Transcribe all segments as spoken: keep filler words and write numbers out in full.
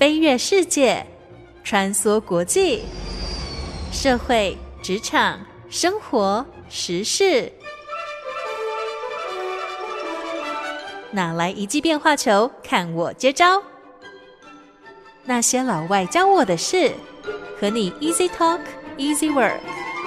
飞跃世界，穿梭国际，社会、职场、生活、时事，哪来一记变化球，看我接招。那些老外教我的事，和你 Easy Talk Easy Work。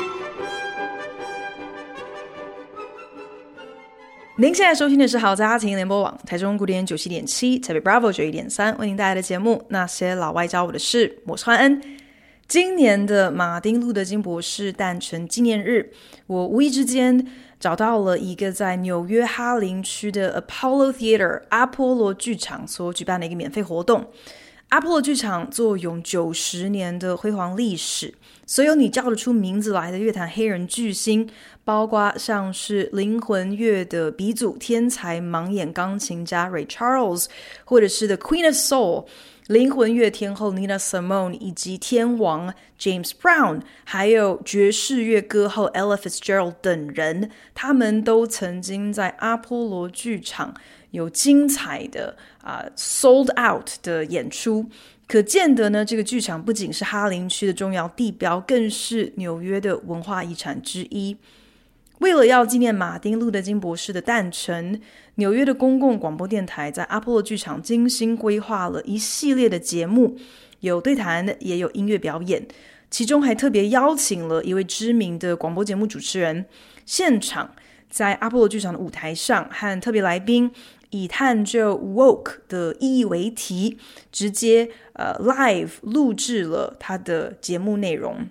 您现在收听的是好家庭联播网台中古典九七点七，台北 Bravo 九一点三，为您带来的节目《那些老外教我的事》，我是欢恩。今年的马丁路德金博士诞辰纪念日，我无意之间找到了一个在纽约哈林区的 Apollo Theater 阿波罗剧场所举办的一个免费活动。阿波罗剧场坐拥九十年的辉煌历史，所有你叫得出名字来的乐坛黑人巨星，包括像是灵魂乐的鼻祖天才盲眼钢琴家 Ray Charles， 或者是 The Queen of Soul 灵魂乐天后 Nina Simone， 以及天王 James Brown， 还有爵士乐歌后 Ella Fitzgerald 等人，他们都曾经在阿波罗剧场有精彩的、uh, sold out 的演出。可见得呢，这个剧场不仅是哈林区的重要地标，更是纽约的文化遗产之一。为了要纪念马丁路德金博士的诞辰，纽约的公共广播电台在阿波罗剧场精心规划了一系列的节目，有对谈也有音乐表演，其中还特别邀请了一位知名的广播节目主持人，现场在阿波罗剧场的舞台上和特别来宾以探究 woke 的意义为题，直接、呃、live 录制了他的节目内容。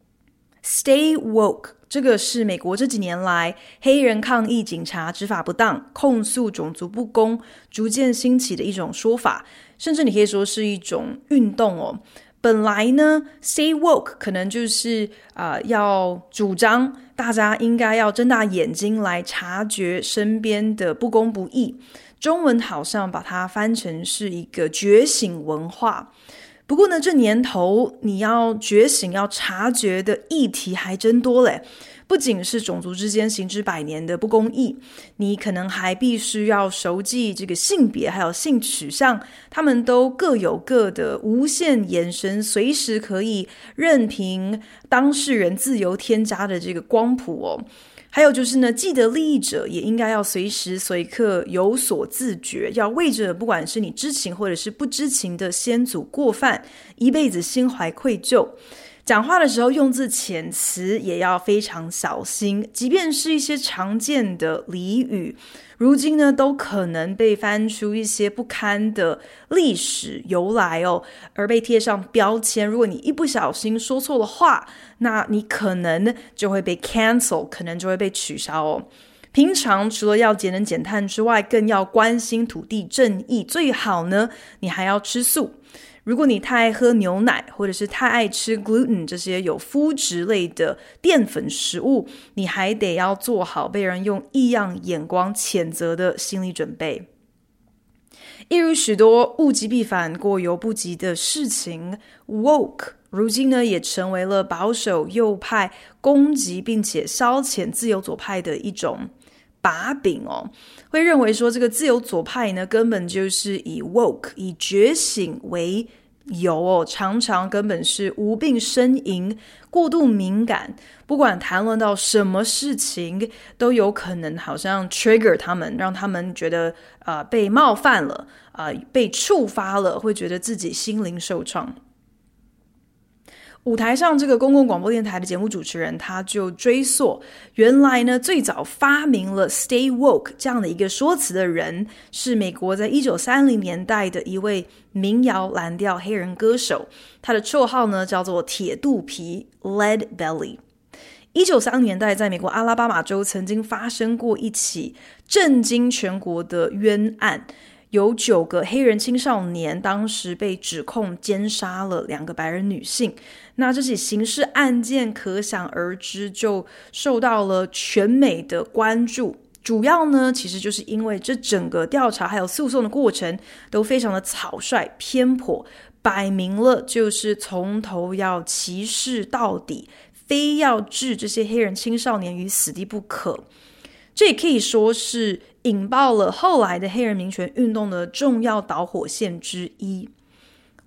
Stay woke，这个是美国这几年来黑人抗议警察执法不当、控诉种族不公逐渐兴起的一种说法，甚至你可以说是一种运动哦。本来呢 Stay woke 可能就是、呃、要主张大家应该要睁大眼睛来察觉身边的不公不义，中文好像把它翻成是一个觉醒文化。不过呢，这年头你要觉醒要察觉的议题还真多嘞，不仅是种族之间行之百年的不公义，你可能还必须要熟记这个性别还有性取向，他们都各有各的无限延伸，随时可以任凭当事人自由添加的这个光谱哦。还有就是呢，既得利益者也应该要随时随刻有所自觉，要为着不管是你知情或者是不知情的先祖过犯，一辈子心怀愧疚。讲话的时候用字遣词也要非常小心，即便是一些常见的俚语，如今呢都可能被翻出一些不堪的历史由来哦，而被贴上标签。如果你一不小心说错了话，那你可能就会被 cancel， 可能就会被取消哦。平常除了要节能减碳之外，更要关心土地正义，最好呢你还要吃素。如果你太爱喝牛奶，或者是太爱吃 gluten 这些有麸质类的淀粉食物，你还得要做好被人用异样眼光谴责的心理准备。一如许多物极必反过犹不及的事情， woke 如今呢也成为了保守右派攻击并且消遣自由左派的一种把柄哦，会认为说这个自由左派呢根本就是以 woke 以觉醒为由哦，常常根本是无病呻吟，过度敏感，不管谈论到什么事情都有可能好像 trigger 他们，让他们觉得、呃、被冒犯了、呃、被触发了，会觉得自己心灵受创。舞台上这个公共广播电台的节目主持人，他就追溯原来呢最早发明了 Stay Woke 这样的一个说辞的人，是美国在一九三零年代的一位民谣蓝调黑人歌手，他的绰号呢叫做铁肚皮 Lead Belly。一九三零年代在美国阿拉巴马州曾经发生过一起震惊全国的冤案，有九个黑人青少年当时被指控奸杀了两个白人女性。那这起刑事案件可想而知就受到了全美的关注，主要呢其实就是因为这整个调查还有诉讼的过程都非常的草率偏颇，摆明了就是从头要歧视到底，非要置这些黑人青少年于死地不可。这也可以说是引爆了后来的黑人民权运动的重要导火线之一。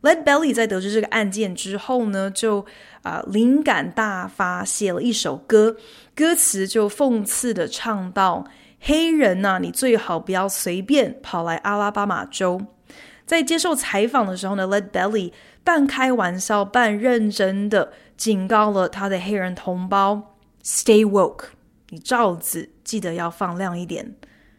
Lead Belly 在得知这个案件之后呢，就啊、呃、灵感大发，写了一首歌，歌词就讽刺的唱到：黑人啊，你最好不要随便跑来阿拉巴马州。在接受采访的时候呢 Lead Belly 半开玩笑半认真的警告了他的黑人同胞 Stay woke， 你罩子记得要放亮一点。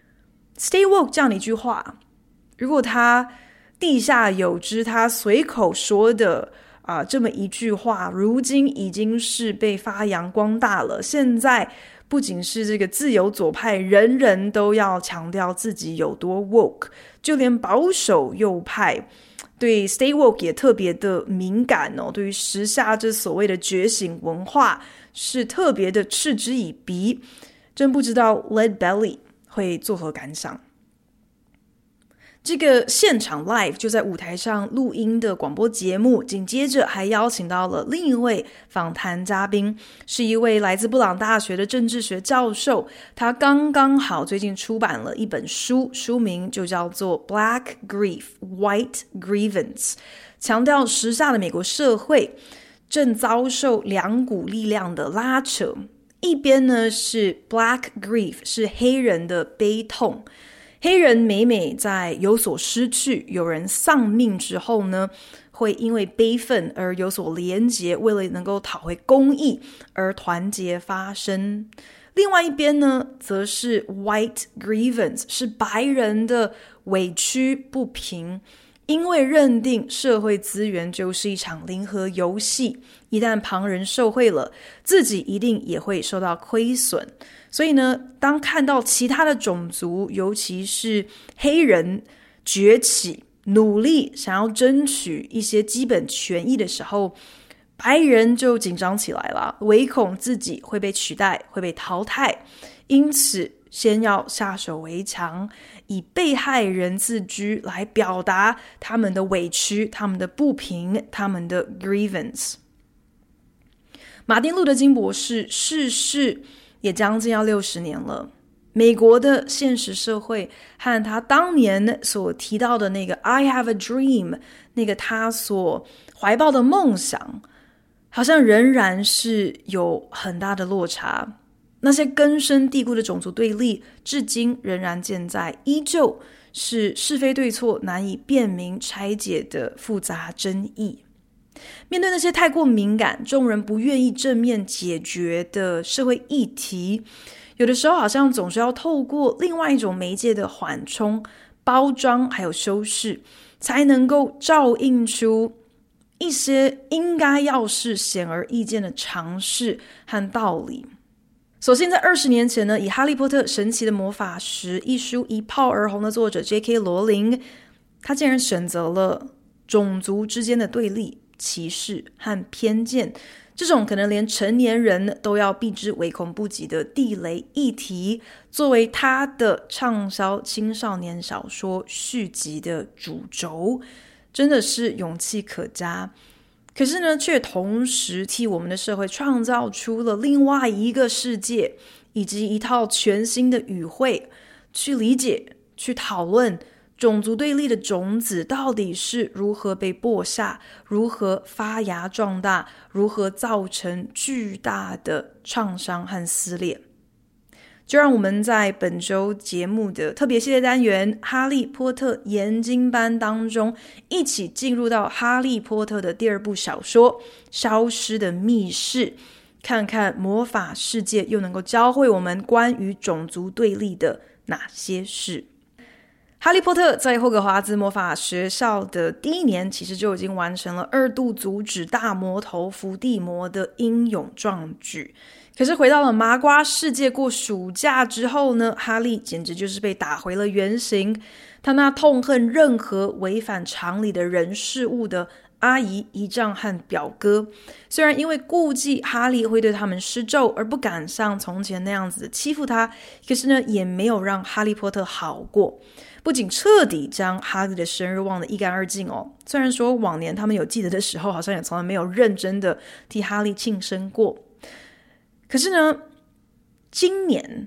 Stay woke 这样的一句话，如果他地下有知，他随口说的啊、呃，这么一句话如今已经是被发扬光大了。现在不仅是这个自由左派，人人都要强调自己有多 woke， 就连保守右派对 stay woke 也特别的敏感哦，对于时下这所谓的觉醒文化是特别的嗤之以鼻。真不知道 Lead Belly 会作何感想。这个现场 live 就在舞台上录音的广播节目，紧接着还邀请到了另一位访谈嘉宾，是一位来自布朗大学的政治学教授，他刚刚好最近出版了一本书，书名就叫做 Black Grief, White Grievance， 强调时下的美国社会正遭受两股力量的拉扯，一边呢是 Black Grief， 是黑人的悲痛，黑人每每在有所失去，有人丧命之后呢，会因为悲愤而有所连结，为了能够讨回公义而团结发声。另外一边呢，则是 white grievance， 是白人的委屈不平，因为认定社会资源就是一场零和游戏，一旦旁人受贿了，自己一定也会受到亏损。所以呢，当看到其他的种族，尤其是黑人崛起，努力想要争取一些基本权益的时候，白人就紧张起来了，唯恐自己会被取代，会被淘汰，因此先要下手为强，以被害人自居来表达他们的委屈，他们的不平，他们的 grievance。 马丁路德金博士逝世也将近要六十年了，美国的现实社会和他当年所提到的那个 I have a dream， 那个他所怀抱的梦想，好像仍然是有很大的落差。那些根深蒂固的种族对立至今仍然健在，依旧是是非对错难以辨明拆解的复杂争议。面对那些太过敏感，众人不愿意正面解决的社会议题，有的时候好像总是要透过另外一种媒介的缓冲、包装还有修饰，才能够照映出一些应该要是显而易见的常识和道理。所幸在二十年前呢，以《哈利波特：神奇的魔法石》一书一炮而红的作者 J K 罗琳，他竟然选择了种族之间的对立、歧视和偏见，这种可能连成年人都要避之唯恐不及的地雷议题，作为他的畅销青少年小说续集的主轴，真的是勇气可嘉。可是呢，却同时替我们的社会创造出了另外一个世界，以及一套全新的语汇，去理解、去讨论种族对立的种子到底是如何被播下，如何发芽壮大，如何造成巨大的创伤和撕裂。就让我们在本周节目的特别系列单元《哈利波特研经班》当中，一起进入到哈利波特的第二部小说《消失的密室》，看看魔法世界又能够教会我们关于种族对立的哪些事。哈利波特在霍格华兹魔法学校的第一年，其实就已经完成了二度阻止大魔头伏地魔的英勇壮举。可是回到了麻瓜世界过暑假之后呢，哈利简直就是被打回了原形。他那痛恨任何违反常理的人事物的阿姨、姨丈和表哥，虽然因为顾忌哈利会对他们施咒而不敢像从前那样子欺负他，可是呢，也没有让哈利波特好过。不仅彻底将哈利的生日忘得一干二净哦，虽然说往年他们有记得的时候，好像也从来没有认真的替哈利庆生过。可是呢，今年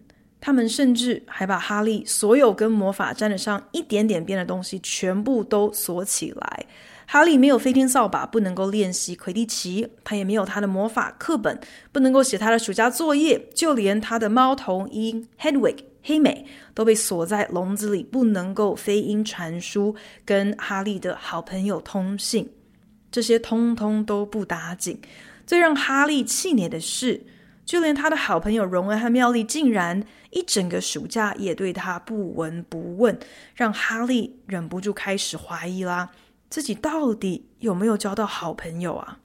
他们甚至还把哈利所有跟魔法沾得上一点点边的东西全部都锁起来。哈利没有飞天扫把，不能够练习魁地奇，他也没有他的魔法课本，不能够写他的暑假作业，就连他的猫头鹰 Hedwig 黑美都被锁在笼子里，不能够飞鹰传书，跟哈利的好朋友通信。这些通通都不打紧。最让哈利气馁的是，就连他的好朋友荣恩和妙丽竟然一整个暑假也对他不闻不问，让哈利忍不住开始怀疑啦，自己到底有没有交到好朋友啊？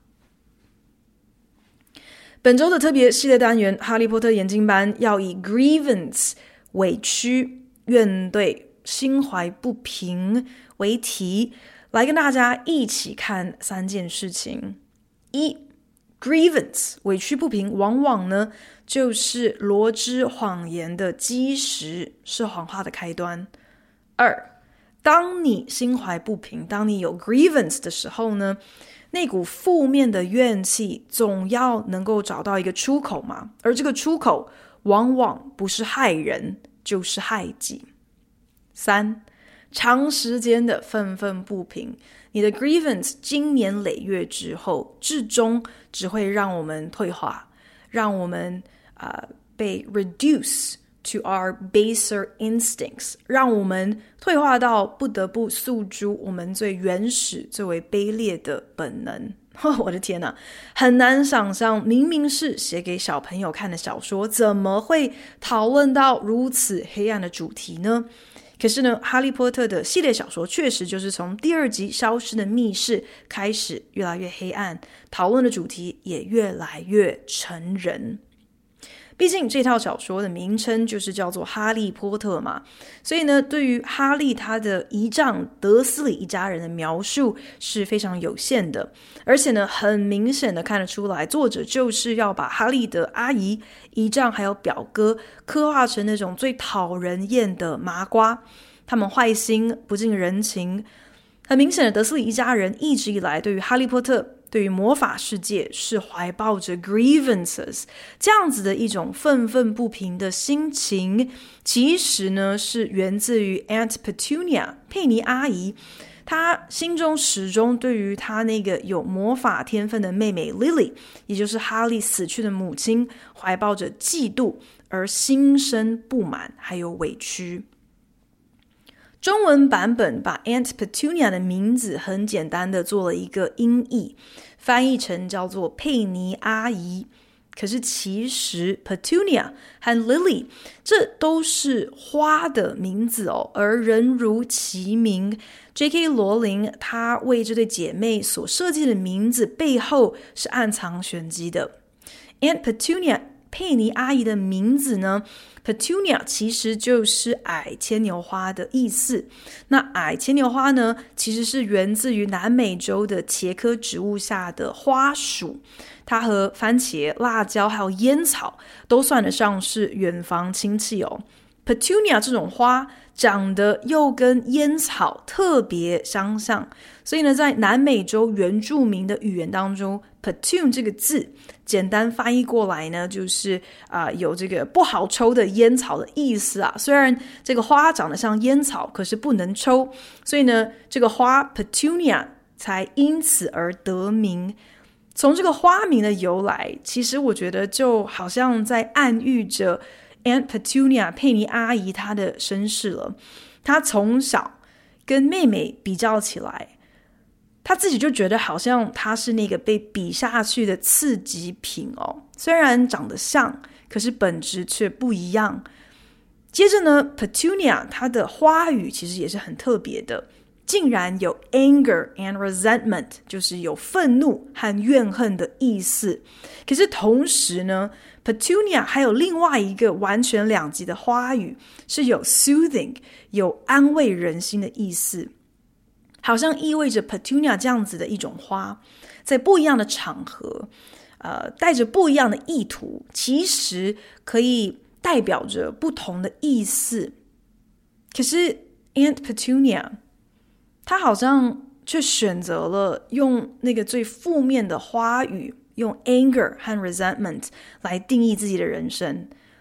本周的特别系列单元哈利波特研经班要以 grievance 委屈、怨怼、心怀不平为题，来跟大家一起看三件事情。一 grievance 委屈不平往往呢就是罗织谎言的基石，是谎话的开端。二，当你心怀不平，当你有 grievance 的时候呢，那股负面的怨气总要能够找到一个出口嘛，而这个出口往往不是害人就是害己。三，长时间的愤愤不平，你的 grievance 经年累月之后，至终只会让我们退化，让我们、呃、被 reduce to our baser instincts， 让我们退化到不得不诉诸我们最原始最为卑劣的本能。我的天哪，很难想象明明是写给小朋友看的小说，怎么会讨论到如此黑暗的主题呢？可是呢，哈利波特的系列小说确实就是从第二集消失的密室开始越来越黑暗，讨论的主题也越来越成人。毕竟这套小说的名称就是叫做哈利波特嘛，所以呢，对于哈利他的姨丈德斯里一家人的描述是非常有限的，而且呢，很明显的看得出来，作者就是要把哈利的阿姨、姨丈还有表哥刻画成那种最讨人厌的麻瓜，他们坏心不近人情。很明显的，德斯里一家人一直以来对于哈利波特，对于魔法世界是怀抱着 grievances 这样子的一种愤愤不平的心情，其实呢是源自于 Aunt Petunia 佩妮阿姨，她心中始终对于她那个有魔法天分的妹妹 Lily， 也就是哈利死去的母亲，怀抱着嫉妒而心生不满还有委屈。中文版本把 Aunt Petunia 的名字很简单的做了一个音译，翻译成叫做佩妮阿姨。可是其实 Petunia 和 Lily 这都是花的名字哦，而人如其名 J K 罗琳她为这对姐妹所设计的名字背后是暗藏玄机的。 Aunt Petunia 佩妮阿姨的名字呢Petunia 其实就是矮牵牛花的意思。那矮牵牛花呢，其实是源自于南美洲的茄科植物下的花属，它和番茄、辣椒还有烟草都算得上是远房亲戚哦。Petunia 这种花长得又跟烟草特别相像，所以呢，在南美洲原住民的语言当中 Petun 这个字简单翻译过来呢，就是、呃、有这个不好抽的烟草的意思啊。虽然这个花长得像烟草，可是不能抽，所以呢，这个花 Petunia 才因此而得名。从这个花名的由来，其实我觉得就好像在暗喻着Aunt Petunia 佩妮阿姨她的身世了。她从小跟妹妹比较起来，她自己就觉得好像她是那个被比下去的次级品哦，虽然长得像，可是本质却不一样。接着呢 Petunia 她的花语其实也是很特别的，竟然有 anger and resentment， 就是有愤怒和怨恨的意思。可是同时呢Petunia 还有另外一个完全两极的花语，是有 soothing， 有安慰人心的意思，好像意味着 Petunia 这样子的一种花，在不一样的场合，呃，带着不一样的意图，其实可以代表着不同的意思。可是 Aunt Petunia 她好像却选择了用那个最负面的花语，用 anger 和 resentment 来定义自己的人生。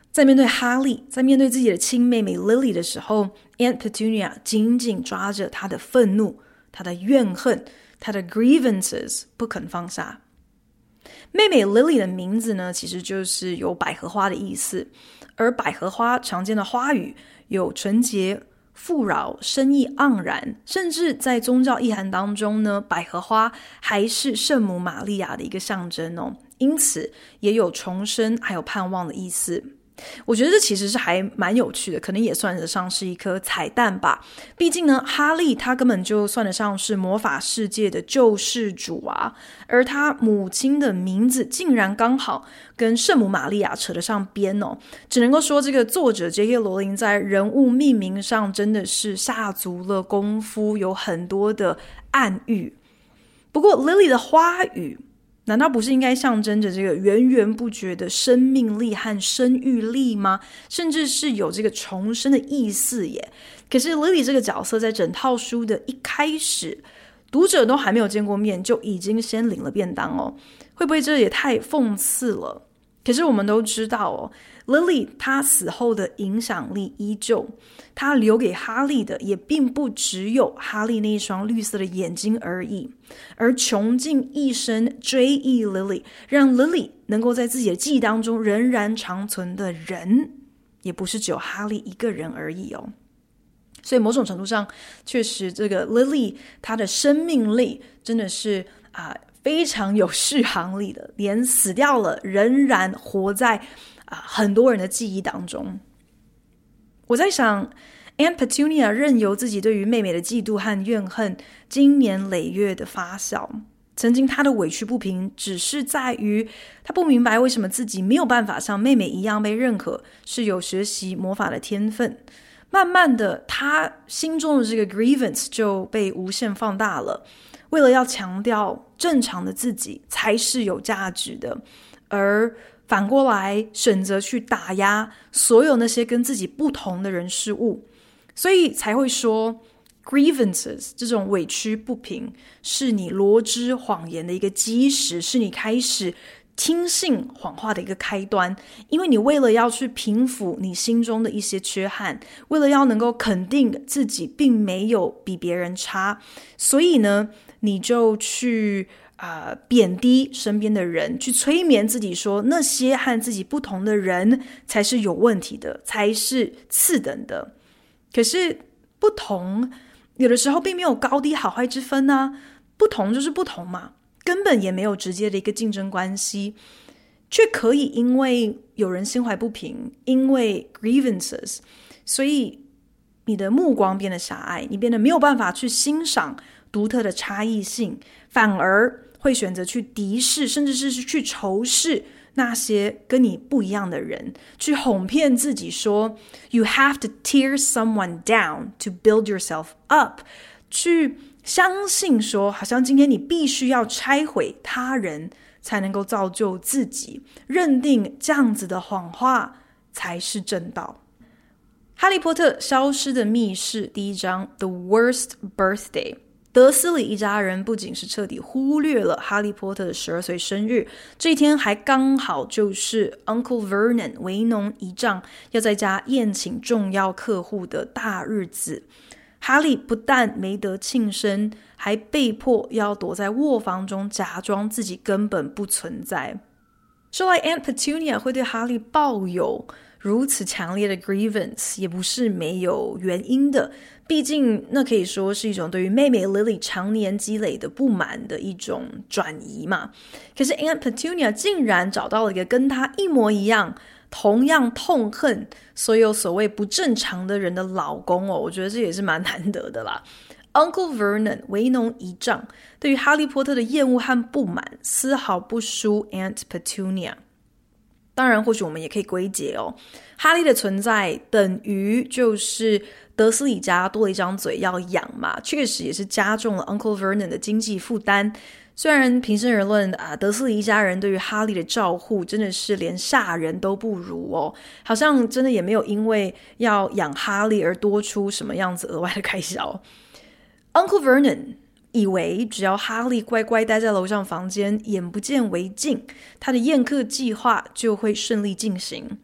在面对哈利，在面对自己的亲妹妹 Lily 的时候， Aunt Petunia 紧紧抓着她的愤怒，她的怨恨，她的 grievances 不肯放下。妹妹 Lily 的名字呢，其实就是有百合花的意思，而百合花常见的花语有纯洁、富饶、生意盎然，甚至在宗教意涵当中呢，百合花还是圣母玛利亚的一个象征哦，因此也有重生还有盼望的意思。我觉得这其实是还蛮有趣的，可能也算得上是一颗彩蛋吧。毕竟呢，哈利他根本就算得上是魔法世界的救世主啊，而他母亲的名字竟然刚好跟圣母玛利亚扯得上边哦，只能够说这个作者 J K 罗琳在人物命名上真的是下足了功夫，有很多的暗喻。不过 Lily 的花语难道不是应该象征着这个源源不绝的生命力和生育力吗？甚至是有这个重生的意思耶。可是 Lily 这个角色在整套书的一开始，读者都还没有见过面，就已经先领了便当哦，会不会这也太讽刺了？可是我们都知道哦， Lily 她死后的影响力依旧，她留给哈利的也并不只有哈利那一双绿色的眼睛而已，而穷尽一生追忆 Lily， 让 Lily 能够在自己的记忆当中仍然长存的人，也不是只有哈利一个人而已哦。所以某种程度上，确实这个 Lily 她的生命力真的是啊、呃、非常有续航力的，连死掉了仍然活在啊、呃、很多人的记忆当中。我在想 Aunt Petunia 任由自己对于妹妹的嫉妒和怨恨经年累月的发酵，曾经她的委屈不平只是在于她不明白为什么自己没有办法像妹妹一样被认可是有学习魔法的天分，慢慢的她心中的这个 grievance 就被无限放大了，为了要强调正常的自己才是有价值的，而反过来选择去打压所有那些跟自己不同的人事物，所以才会说 grievances 这种委屈不平是你罗织谎言的一个基石，是你开始听信谎话的一个开端。因为你为了要去平复你心中的一些缺憾，为了要能够肯定自己并没有比别人差，所以呢你就去呃，贬低身边的人，去催眠自己说那些和自己不同的人才是有问题的，才是次等的。可是不同有的时候并没有高低好坏之分啊，不同就是不同嘛，根本也没有直接的一个竞争关系，却可以因为有人心怀不平，因为 grievances， 所以你的目光变得狭隘，你变得没有办法去欣赏独特的差异性，反而会选择去敌视，甚至是去仇视那些跟你不一样的人，去哄骗自己说 You have to tear someone down to build yourself up， 去相信说好像今天你必须要拆毁他人才能够造就自己，认定这样子的谎话才是正道。哈利波特消失的密室第一章 The Worst Birthday，德斯里一家人不仅是彻底忽略了哈利波特的十二岁生日，这一天还刚好就是 Uncle Vernon 维农姨丈要在家宴请重要客户的大日子。哈利不但没得庆生，还被迫要躲在卧房中假装自己根本不存在。说来 Aunt Petunia 会对哈利抱有如此强烈的 grievance 也不是没有原因的，毕竟那可以说是一种对于妹妹 Lily 常年积累的不满的一种转移嘛。可是 Aunt Petunia 竟然找到了一个跟她一模一样同样痛恨所有所谓不正常的人的老公哦，我觉得这也是蛮难得的啦。Uncle Vernon 维农姨丈对于哈利波特的厌恶和不满丝毫不输 Aunt Petunia。当然或许我们也可以归结哦，哈利的存在等于就是德斯里家多了一张嘴要养嘛，确实也是加重了 Uncle Vernon 的经济负担。虽然平心而论啊，德斯里一家人对于哈利的照护真的是连下人都不如哦，好像真的也没有因为要养哈利而多出什么样子额外的开销。Uncle Vernon 以为只要哈利乖乖待在楼上房间，眼不见为净，他的宴客计划就会顺利进行。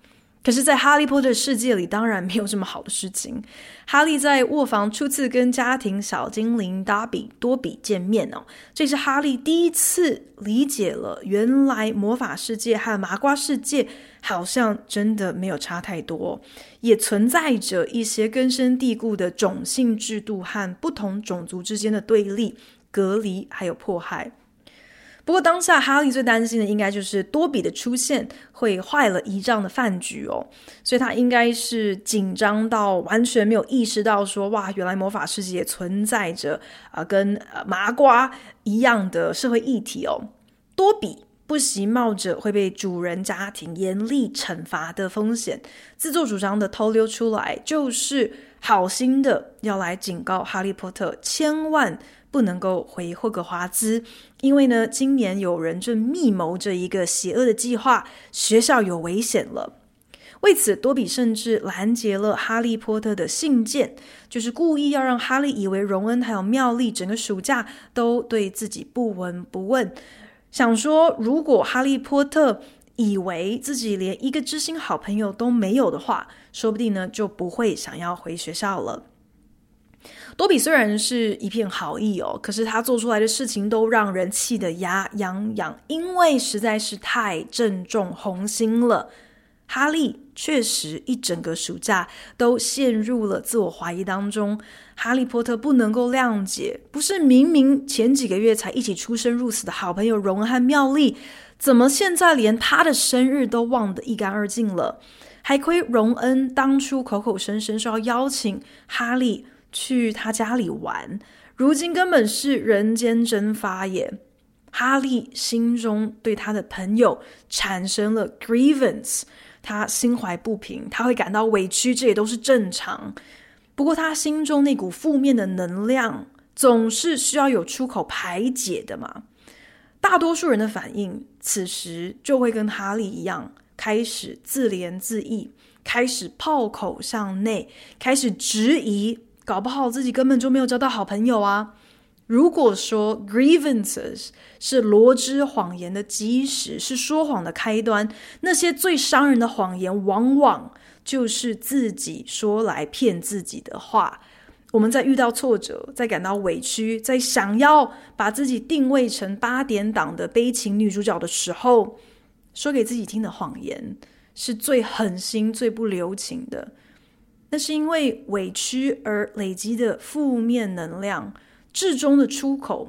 可是在哈利波特世界里当然没有这么好的事情。哈利在卧房初次跟家庭小精灵达比多比见面哦，这是哈利第一次理解了原来魔法世界和麻瓜世界好像真的没有差太多，也存在着一些根深蒂固的种姓制度和不同种族之间的对立、隔离还有迫害。不过当下哈利最担心的应该就是多比的出现会坏了姨丈的饭局哦，所以他应该是紧张到完全没有意识到说，哇，原来魔法世界存在着、呃、跟、呃、麻瓜一样的社会议题哦。多比不惜冒着会被主人家庭严厉惩罚的风险，自作主张的偷溜出来，就是好心的要来警告哈利波特千万不能够回霍格华兹，因为呢，今年有人正密谋着一个邪恶的计划，学校有危险了。为此，多比甚至拦截了哈利波特的信件，就是故意要让哈利以为荣恩还有妙丽整个暑假都对自己不闻不问，想说如果哈利波特以为自己连一个知心好朋友都没有的话，说不定呢就不会想要回学校了。多比虽然是一片好意哦，可是他做出来的事情都让人气得牙痒痒，因为实在是太正中红心了。哈利确实一整个暑假都陷入了自我怀疑当中，哈利波特不能够谅解，不是明明前几个月才一起出生入死的好朋友荣恩和妙丽，怎么现在连他的生日都忘得一干二净了？还亏荣恩当初口口声声说要邀请哈利去他家里玩，如今根本是人间蒸发耶。哈利心中对他的朋友产生了 grievance， 他心怀不平，他会感到委屈，这也都是正常。不过他心中那股负面的能量总是需要有出口排解的嘛。大多数人的反应此时就会跟哈利一样，开始自怜自艾，开始炮口向内，开始质疑搞不好自己根本就没有交到好朋友啊。如果说 grievances 是罗织谎言的基石，是说谎的开端，那些最伤人的谎言往往就是自己说来骗自己的话。我们在遇到挫折，在感到委屈，在想要把自己定位成八点档的悲情女主角的时候，说给自己听的谎言是最狠心最不留情的。那是因为委屈而累积的负面能量，至终的出口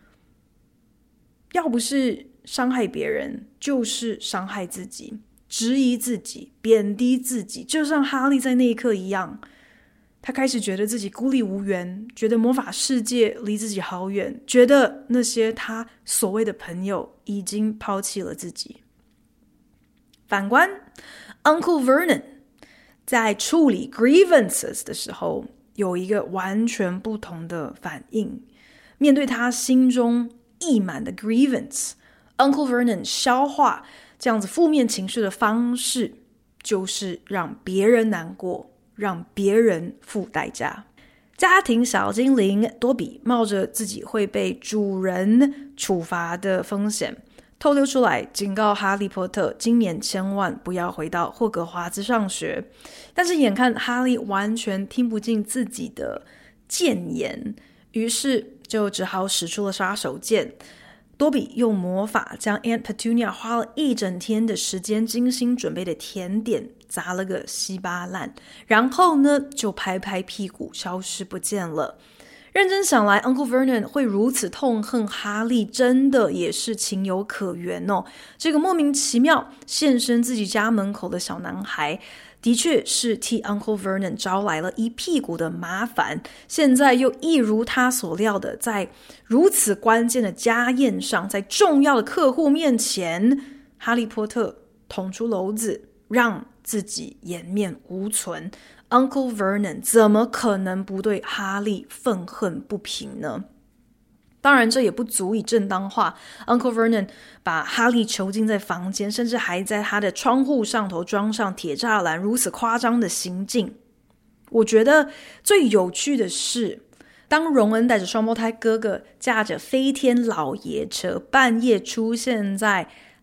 要不是伤害别人，就是伤害自己，质疑自己，贬低自己。就像哈利在那一刻一样，他开始觉得自己孤立无援，觉得魔法世界离自己好远，觉得那些他所谓的朋友已经抛弃了自己。反观 Uncle Vernon在处理 grievances 的时候有一个完全不同的反应。面对他心中溢满的 grievance， Uncle Vernon 消化这样子负面情绪的方式就是让别人难过，让别人付代价。家庭小精灵多比冒着自己会被主人处罚的风险，偷溜出来警告哈利波特今年千万不要回到霍格华兹上学。但是眼看哈利完全听不进自己的谏言，于是就只好使出了杀手锏。多比用魔法将 Aunt Petunia 花了一整天的时间精心准备的甜点砸了个稀巴烂，然后呢就拍拍屁股消失不见了。认真想来 Uncle Vernon 会如此痛恨哈利，真的也是情有可原哦。这个莫名其妙现身自己家门口的小男孩，的确是替 Uncle Vernon 招来了一屁股的麻烦，现在又一如他所料的，在如此关键的家宴上，在重要的客户面前，哈利波特捅出篓子，让自己颜面无存。Uncle Vernon 怎么可能不对哈利愤恨不平呢？当然这也不足以正当化 Uncle Vernon 把哈利囚禁在房间，甚至还在他的窗户上头装上铁栅栏，如此夸张的行径。我觉得最有趣的是，当荣恩带着双胞胎哥哥驾着飞天老爷车半夜出现在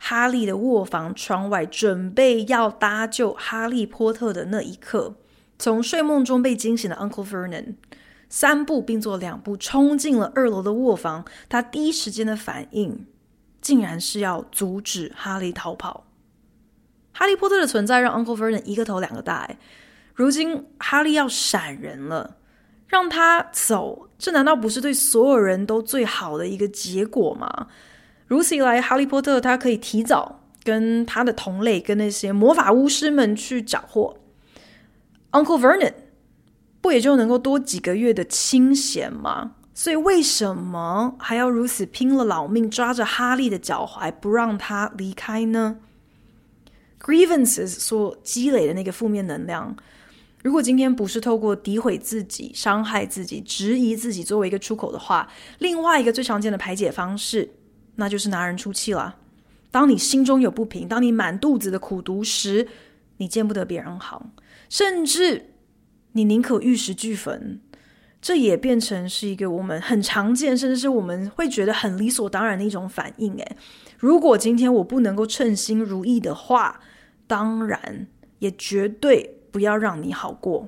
哈利的卧房窗外，准备要搭救哈利波特的那一刻，从睡梦中被惊醒的 Uncle Vernon 三步并作两步冲进了二楼的卧房，他第一时间的反应竟然是要阻止哈利逃跑。哈利波特的存在让 Uncle Vernon 一个头两个大，如今哈利要闪人了，让他走，这难道不是对所有人都最好的一个结果吗？如此一来，哈利波特他可以提早跟他的同类，跟那些魔法巫师们去缴获。Uncle Vernon 不也就能够多几个月的清闲吗？所以为什么还要如此拼了老命抓着哈利的脚踝，不让他离开呢？ Grievances 所积累的那个负面能量，如果今天不是透过诋毁自己、伤害自己、质疑自己作为一个出口的话，另外一个最常见的排解方式，那就是拿人出气啦。当你心中有不平，当你满肚子的苦毒时，你见不得别人好，甚至你宁可玉石俱焚。这也变成是一个我们很常见，甚至是我们会觉得很理所当然的一种反应。诶，如果今天我不能够称心如意的话，当然也绝对不要让你好过。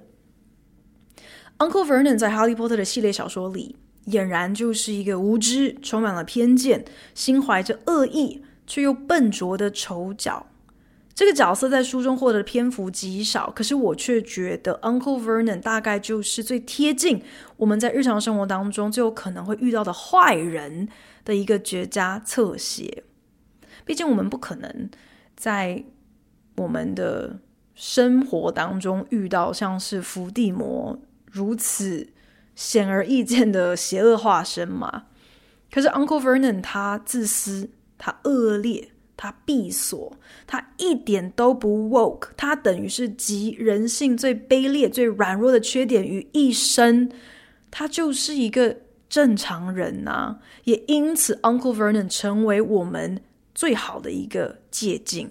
Uncle Vernon 在哈利波特的系列小说里俨然就是一个无知、充满了偏见、心怀着恶意却又笨拙的丑角。这个角色在书中获得的篇幅极少，可是我却觉得 Uncle Vernon 大概就是最贴近我们在日常生活当中最有可能会遇到的坏人的一个绝佳侧写。毕竟我们不可能在我们的生活当中遇到像是伏地魔如此显而易见的邪恶化身嘛。可是 Uncle Vernon 他自私，他恶劣，他闭锁，他一点都不 woke， 他等于是集人性最卑劣最软弱的缺点于一身，他就是一个正常人啊。也因此 Uncle Vernon 成为我们最好的一个借鉴。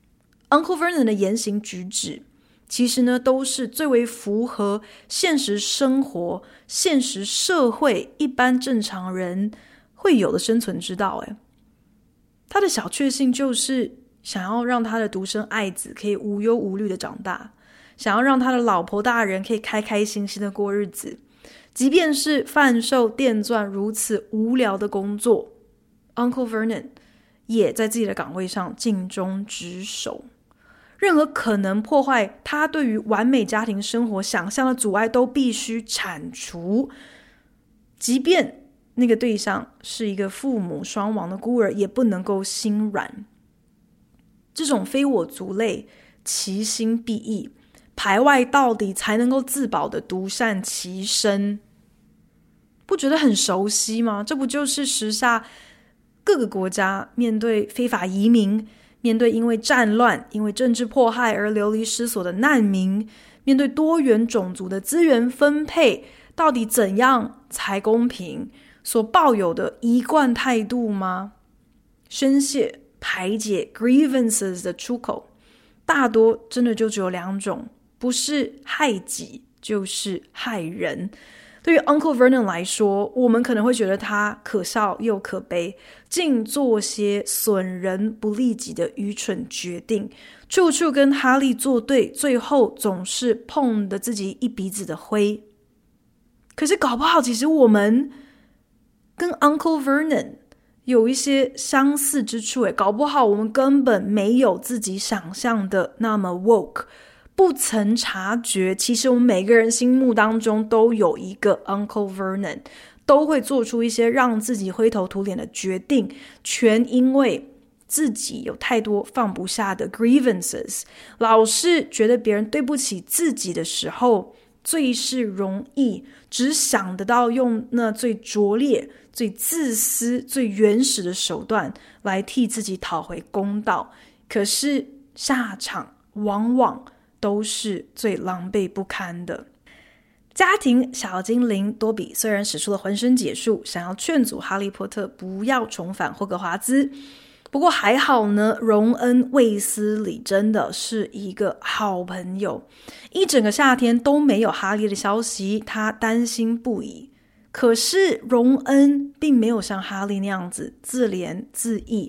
Uncle Vernon 的言行举止其实呢都是最为符合现实生活现实社会一般正常人会有的生存之道。诶，他的小确幸就是想要让他的独生爱子可以无忧无虑的长大，想要让他的老婆大人可以开开心心的过日子，即便是贩售电钻如此无聊的工作， Uncle Vernon 也在自己的岗位上尽忠职守。任何可能破坏他对于完美家庭生活想象的阻碍都必须铲除，即便那个对象是一个父母双亡的孤儿，也不能够心软。这种非我族类，其心必异，排外到底才能够自保的独善其身，不觉得很熟悉吗？这不就是时下各个国家面对非法移民，面对因为战乱因为政治迫害而流离失所的难民，面对多元种族的资源分配到底怎样才公平所抱有的一贯态度吗？宣泄排解 grievances 的出口大多真的就只有两种，不是害己就是害人。对于 Uncle Vernon 来说，我们可能会觉得他可笑又可悲，竟做些损人不利己的愚蠢决定，处处跟哈利作对，最后总是碰得自己一鼻子的灰。可是搞不好其实我们跟 Uncle Vernon 有一些相似之处，搞不好我们根本没有自己想象的那么 woke，不曾察觉其实我们每个人心目当中都有一个 Uncle Vernon， 都会做出一些让自己灰头土脸的决定，全因为自己有太多放不下的 grievances， 老是觉得别人对不起自己的时候，最是容易只想得到用那最拙劣最自私最原始的手段来替自己讨回公道，可是下场往往都是最狼狈不堪的。家庭小精灵多比虽然使出了浑身解数，想要劝阻哈利波特不要重返霍格华兹，不过还好呢，荣恩卫斯理真的是一个好朋友，一整个夏天都没有哈利的消息，他担心不已。可是荣恩并没有像哈利那样子自怜自艾，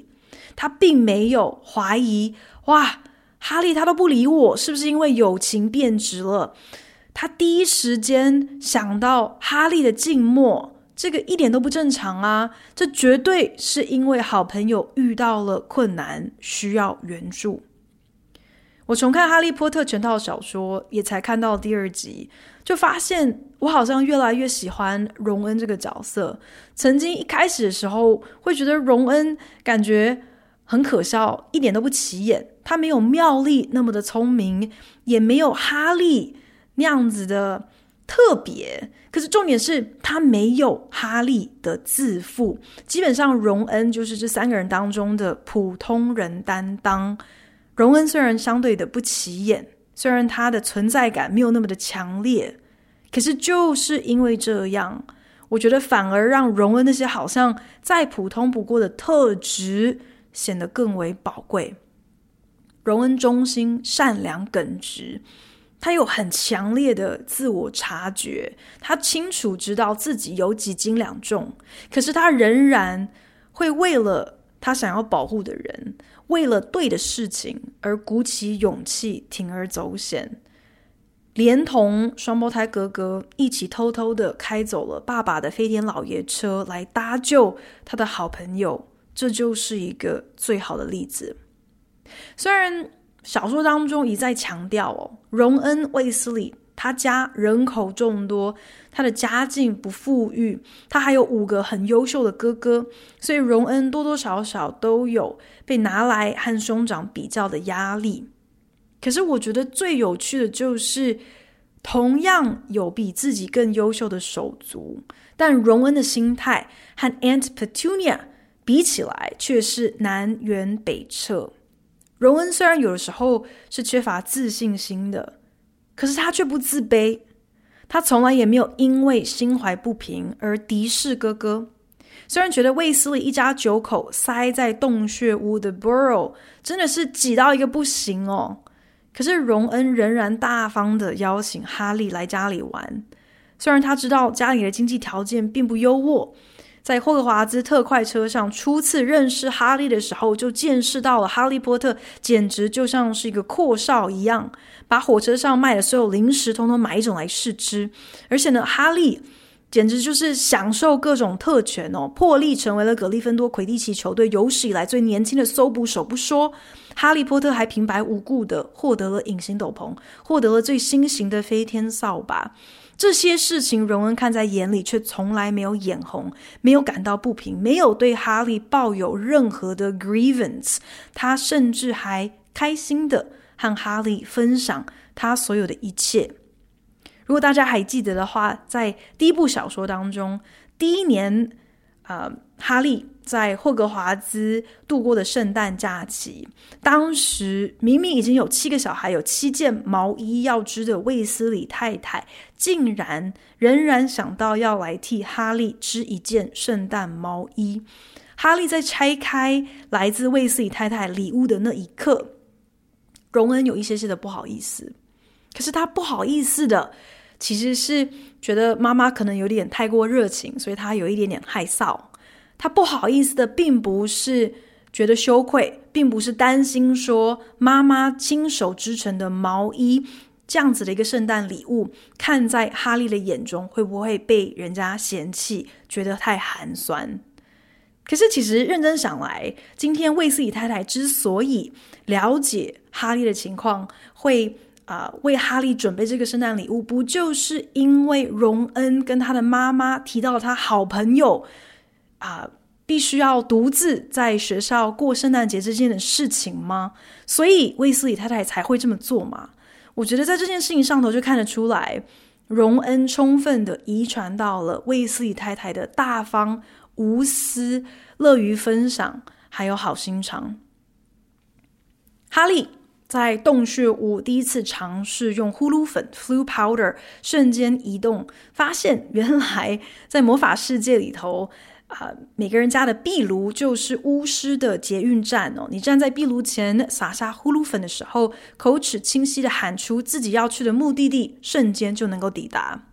他并没有怀疑，哇，哈利他都不理我，是不是因为友情变质了？他第一时间想到哈利的静默，这个一点都不正常啊，这绝对是因为好朋友遇到了困难，需要援助。我重看《哈利波特》全套小说，也才看到第二集，就发现我好像越来越喜欢荣恩这个角色。曾经一开始的时候会觉得荣恩感觉很可笑，一点都不起眼，他没有妙丽那么的聪明，也没有哈利那样子的特别，可是重点是他没有哈利的自负。基本上荣恩就是这三个人当中的普通人担当。荣恩虽然相对的不起眼，虽然他的存在感没有那么的强烈，可是就是因为这样，我觉得反而让荣恩那些好像再普通不过的特质显得更为宝贵。荣恩忠心、善良、耿直，他有很强烈的自我察觉，他清楚知道自己有几斤两重，可是他仍然会为了他想要保护的人，为了对的事情而鼓起勇气铤而走险，连同双胞胎哥哥一起偷偷的开走了爸爸的飞天老爷车来搭救他的好朋友，这就是一个最好的例子。虽然小说当中一再强调哦，荣恩卫斯理他家人口众多，他的家境不富裕，他还有五个很优秀的哥哥，所以荣恩多多少少都有被拿来和兄长比较的压力。可是我觉得最有趣的就是，同样有比自己更优秀的手足，但荣恩的心态和 Aunt Petunia 比起来却是南辕北辙。荣恩虽然有的时候是缺乏自信心的，可是他却不自卑，他从来也没有因为心怀不平而敌视哥哥。虽然觉得卫斯理一家九口塞在洞穴屋的 Burrow 真的是挤到一个不行哦，可是荣恩仍然大方的邀请哈利来家里玩。虽然他知道家里的经济条件并不优渥，在霍格华兹特快车上初次认识哈利的时候，就见识到了哈利波特简直就像是一个阔少一样，把火车上卖的所有零食统统买一种来试吃。而且呢，哈利简直就是享受各种特权哦，破例成为了格利芬多魁地奇球队有史以来最年轻的搜捕手不说，哈利波特还平白无故的获得了隐形斗篷，获得了最新型的飞天扫把。这些事情荣恩看在眼里，却从来没有眼红，没有感到不平，没有对哈利抱有任何的 grievance。 他甚至还开心的和哈利分享他所有的一切。如果大家还记得的话，在第一部小说当中，第一年呃，哈利在霍格华兹度过的圣诞假期，当时明明已经有七个小孩，有七件毛衣要织的卫斯理太太，竟然仍然想到要来替哈利织一件圣诞毛衣。哈利在拆开来自卫斯理太太礼物的那一刻，荣恩有一些些的不好意思，可是他不好意思的其实是觉得妈妈可能有点太过热情，所以他有一点点害臊。他不好意思的并不是觉得羞愧，并不是担心说妈妈亲手织成的毛衣这样子的一个圣诞礼物看在哈利的眼中会不会被人家嫌弃，觉得太寒酸。可是其实认真想来，今天卫斯理太太之所以了解哈利的情况，会Uh, 为哈利准备这个圣诞礼物，不就是因为荣恩跟他的妈妈提到他好朋友、uh, 必须要独自在学校过圣诞节这件的事情吗？所以卫斯理太太才会这么做嘛。我觉得在这件事情上头就看得出来，荣恩充分的遗传到了卫斯理太太的大方、无私、乐于分享还有好心肠。哈利在洞穴屋第一次尝试用呼噜粉 Flu Powder 瞬间移动，发现原来在魔法世界里头、呃、每个人家的壁炉就是巫师的捷运站哦。你站在壁炉前撒下呼噜粉的时候，口齿清晰的喊出自己要去的目的地，瞬间就能够抵达。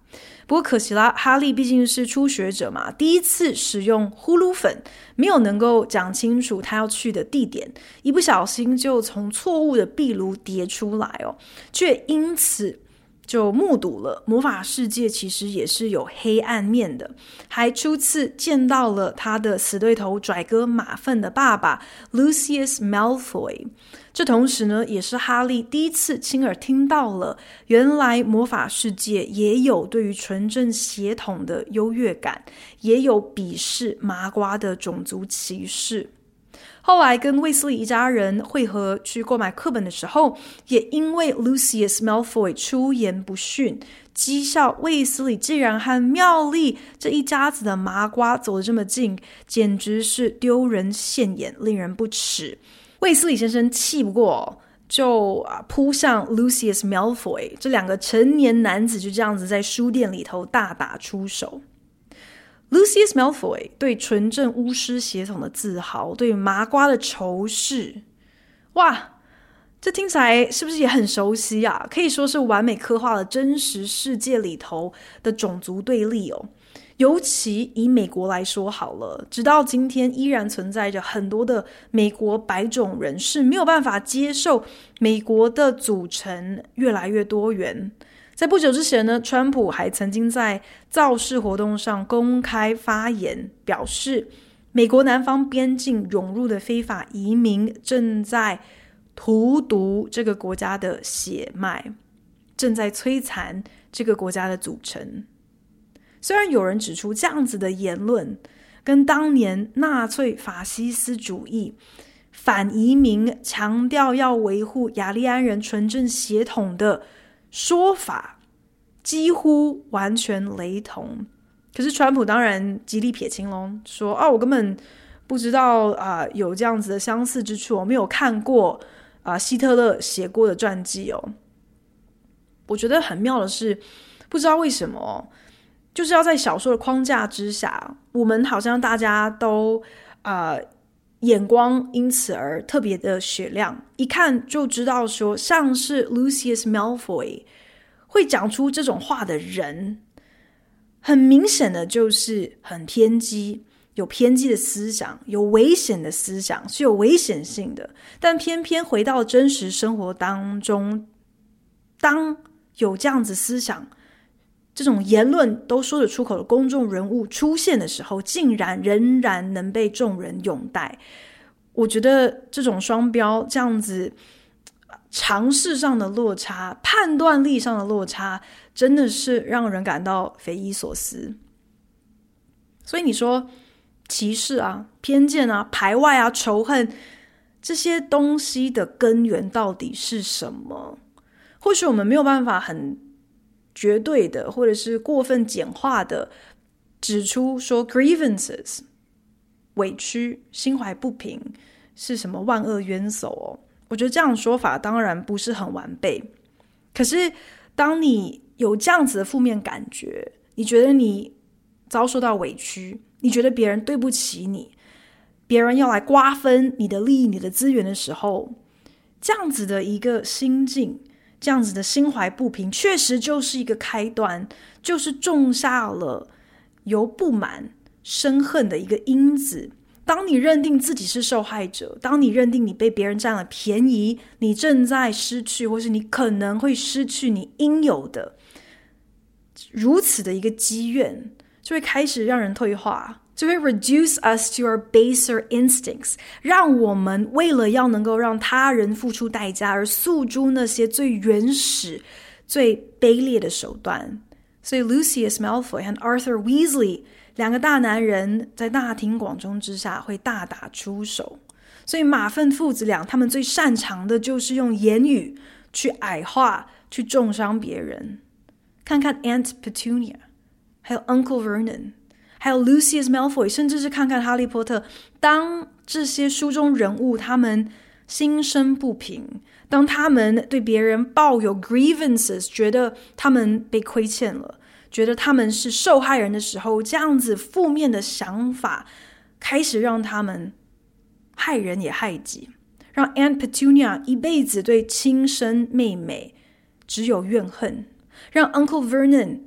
不过可惜啦，哈利毕竟是初学者嘛，第一次使用呼噜粉，没有能够讲清楚他要去的地点，一不小心就从错误的壁炉跌出来哦，却因此就目睹了魔法世界其实也是有黑暗面的，还初次见到了他的死对头拽哥马粪的爸爸 Lucius Malfoy。这同时呢，也是哈利第一次亲耳听到了原来魔法世界也有对于纯正血统的优越感，也有鄙视麻瓜的种族歧视。后来跟卫斯理一家人会合去购买课本的时候，也因为 Lucius Malfoy 出言不逊，讥笑卫斯理竟然和妙丽这一家子的麻瓜走得这么近，简直是丢人现眼，令人不齿。卫斯理先生气不过，就扑向 Lucius Malfoy， 这两个成年男子就这样子在书店里头大打出手。Lucius Malfoy 对纯正巫师血统的自豪，对麻瓜的仇视，哇，这听起来是不是也很熟悉啊？可以说是完美刻画了真实世界里头的种族对立哦。尤其以美国来说好了，直到今天依然存在着很多的美国白种人是没有办法接受美国的组成越来越多元。在不久之前呢，川普还曾经在造势活动上公开发言，表示美国南方边境涌入的非法移民正在荼毒这个国家的血脉，正在摧残这个国家的组成。虽然有人指出这样子的言论跟当年纳粹法西斯主义反移民强调要维护雅利安人纯正血统的说法几乎完全雷同，可是川普当然极力撇清咯，说哦，我根本不知道啊、呃，有这样子的相似之处，我没有看过啊、呃、希特勒写过的传记哦。我觉得很妙的是，不知道为什么，就是要在小说的框架之下，我们好像大家都啊、呃、眼光因此而特别的雪亮，一看就知道说，像是 Lucius Malfoy 会讲出这种话的人，很明显的就是很偏激，有偏激的思想，有危险的思想，是有危险性的。但偏偏回到真实生活当中，当有这样子思想，这种言论都说得出口的公众人物出现的时候，竟然仍然能被众人拥戴。我觉得这种双标，这样子常识上的落差，判断力上的落差，真的是让人感到匪夷所思。所以你说歧视啊、偏见啊、排外啊、仇恨，这些东西的根源到底是什么？或许我们没有办法很绝对的，或者是过分简化的指出说 grievances 委屈、心怀不平是什么万恶冤首哦。我觉得这样的说法当然不是很完备，可是当你有这样子的负面感觉，你觉得你遭受到委屈，你觉得别人对不起你，别人要来瓜分你的利益、你的资源的时候，这样子的一个心境，这样子的心怀不平，确实就是一个开端，就是种下了由不满生恨的一个因子。当你认定自己是受害者，当你认定你被别人占了便宜，你正在失去，或是你可能会失去你应有的，如此的一个积怨，就会开始让人退化，就会 reduce us to our baser instincts， 让我们为了要能够让他人付出代价而诉诸那些最原始、最卑劣的手段。所以 Lucius Malfoy 和 Arthur Weasley两个大男人在大庭广众之下会大打出手，所以马粪父子俩他们最擅长的就是用言语去矮化、去重伤别人。看看 Aunt Petunia， 还有 Uncle Vernon， 还有 Lucius Malfoy， 甚至是看看哈利波特，当这些书中人物他们心生不平，当他们对别人抱有 grievances， 觉得他们被亏欠了，觉得他们是受害人的时候，这样子负面的想法开始让他们害人也害己，让 Aunt Petunia 一辈子对亲生妹妹只有怨恨，让 Uncle Vernon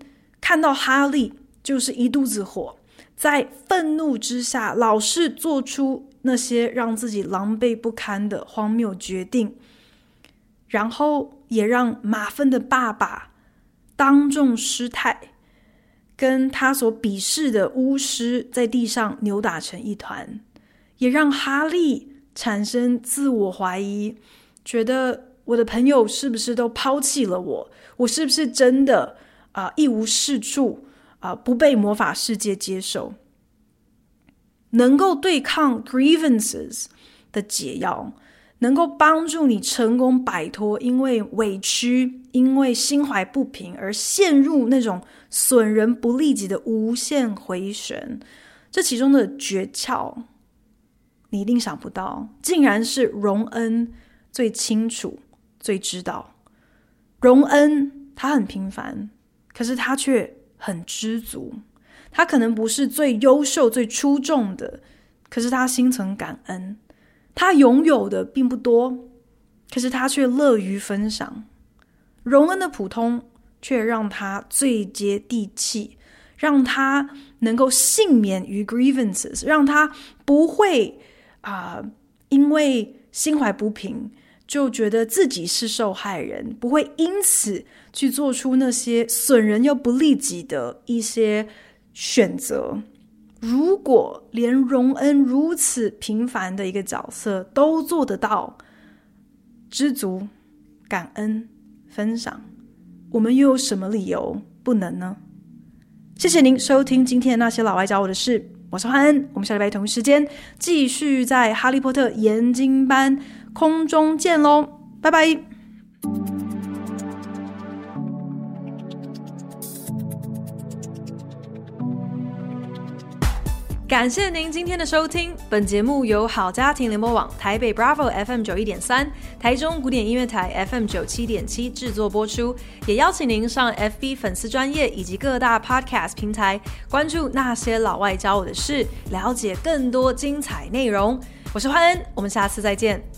看到哈利就是一肚子火，在愤怒之下老是做出那些让自己狼狈不堪的荒谬决定，然后也让马粪的爸爸当众失态，跟他所鄙视的巫师在地上扭打成一团，也让哈利产生自我怀疑，觉得我的朋友是不是都抛弃了我，我是不是真的、呃、一无是处、呃、不被魔法世界接受。能够对抗 grievances 的解药，能够帮助你成功摆脱因为委屈、因为心怀不平而陷入那种损人不利己的无限回旋，这其中的诀窍你一定想不到，竟然是荣恩最清楚最知道。荣恩他很平凡，可是他却很知足。他可能不是最优秀最出众的，可是他心存感恩。他拥有的并不多，可是他却乐于分享。荣恩的普通却让他最接地气，让他能够幸免于 grievances， 让他不会、呃、因为心怀不平就觉得自己是受害人，不会因此去做出那些损人又不利己的一些选择。如果连荣恩如此平凡的一个角色都做得到知足、感恩、分享，我们又有什么理由不能呢？谢谢您收听今天的那些老外教我的事，我是焕恩，我们下礼拜同一时间继续在哈利波特研经班空中见咯，拜拜。感谢您今天的收听，本节目由好家庭联播网、台北 Bravo F M 九一点三、台中古典音乐台 F M 九七点七制作播出，也邀请您上 F B 粉丝专页以及各大 Podcast 平台关注那些老外教我的事，了解更多精彩内容。我是焕恩，我们下次再见。